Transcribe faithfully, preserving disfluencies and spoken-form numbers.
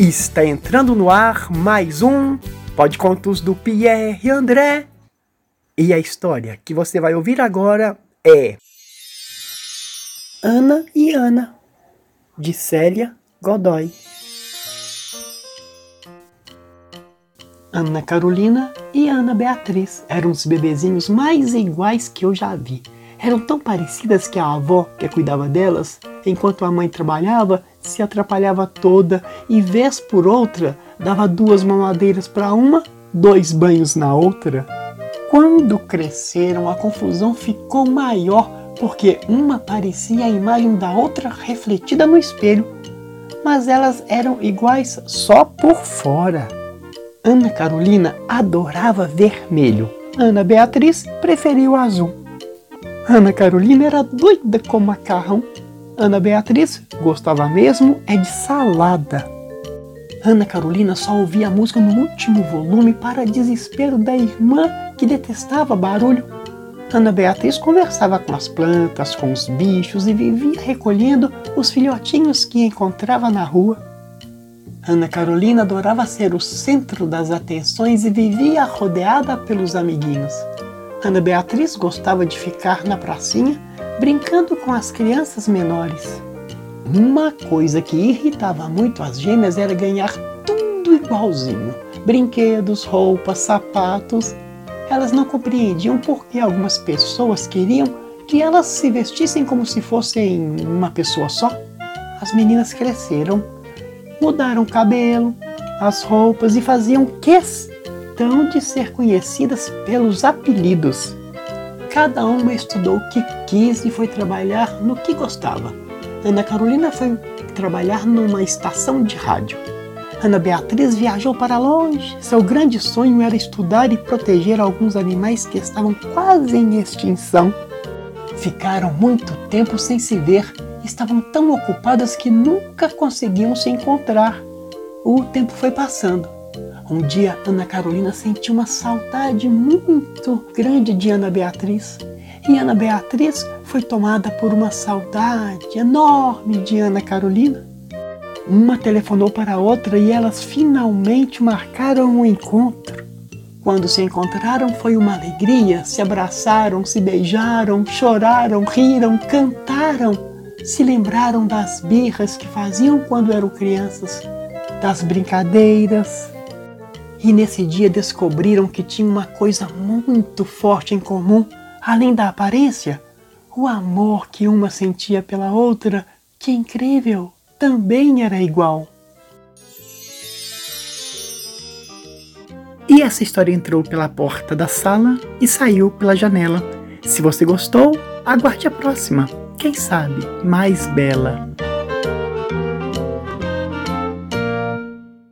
Está entrando no ar mais um Pode Contos do Pierre e André. E a história que você vai ouvir agora é Ana e Ana, de Célia Godoy. Ana Carolina e Ana Beatriz eram os bebezinhos mais iguais que eu já vi. Eram tão parecidas que a avó, que cuidava delas, enquanto a mãe trabalhava, se atrapalhava toda e, vez por outra, dava duas mamadeiras para uma, dois banhos na outra. Quando cresceram, a confusão ficou maior, porque uma parecia a imagem da outra refletida no espelho, mas elas eram iguais só por fora. Ana Carolina adorava vermelho. Ana Beatriz preferia o azul. Ana Carolina era doida com macarrão. Ana Beatriz gostava mesmo é de salada. Ana Carolina só ouvia a música no último volume para desespero da irmã, que detestava barulho. Ana Beatriz conversava com as plantas, com os bichos e vivia recolhendo os filhotinhos que encontrava na rua. Ana Carolina adorava ser o centro das atenções e vivia rodeada pelos amiguinhos. Ana Beatriz gostava de ficar na pracinha, brincando com as crianças menores. Uma coisa que irritava muito as gêmeas era ganhar tudo igualzinho. Brinquedos, roupas, sapatos. Elas não compreendiam por que algumas pessoas queriam que elas se vestissem como se fossem uma pessoa só. As meninas cresceram, mudaram o cabelo, as roupas e faziam questão de ser conhecidas pelos apelidos. Cada uma estudou o que quis e foi trabalhar no que gostava. Ana Carolina foi trabalhar numa estação de rádio. Ana Beatriz viajou para longe. Seu grande sonho era estudar e proteger alguns animais que estavam quase em extinção. Ficaram muito tempo sem se ver. Estavam tão ocupadas que nunca conseguiam se encontrar. O tempo foi passando. Um dia, Ana Carolina sentiu uma saudade muito grande de Ana Beatriz. E Ana Beatriz foi tomada por uma saudade enorme de Ana Carolina. Uma telefonou para a outra e elas finalmente marcaram um encontro. Quando se encontraram foi uma alegria. Se abraçaram, se beijaram, choraram, riram, cantaram. Se lembraram das birras que faziam quando eram crianças, das brincadeiras. E nesse dia descobriram que tinha uma coisa muito forte em comum, além da aparência, o amor que uma sentia pela outra, que incrível, também era igual. E essa história entrou pela porta da sala e saiu pela janela. Se você gostou, aguarde a próxima, quem sabe mais bela.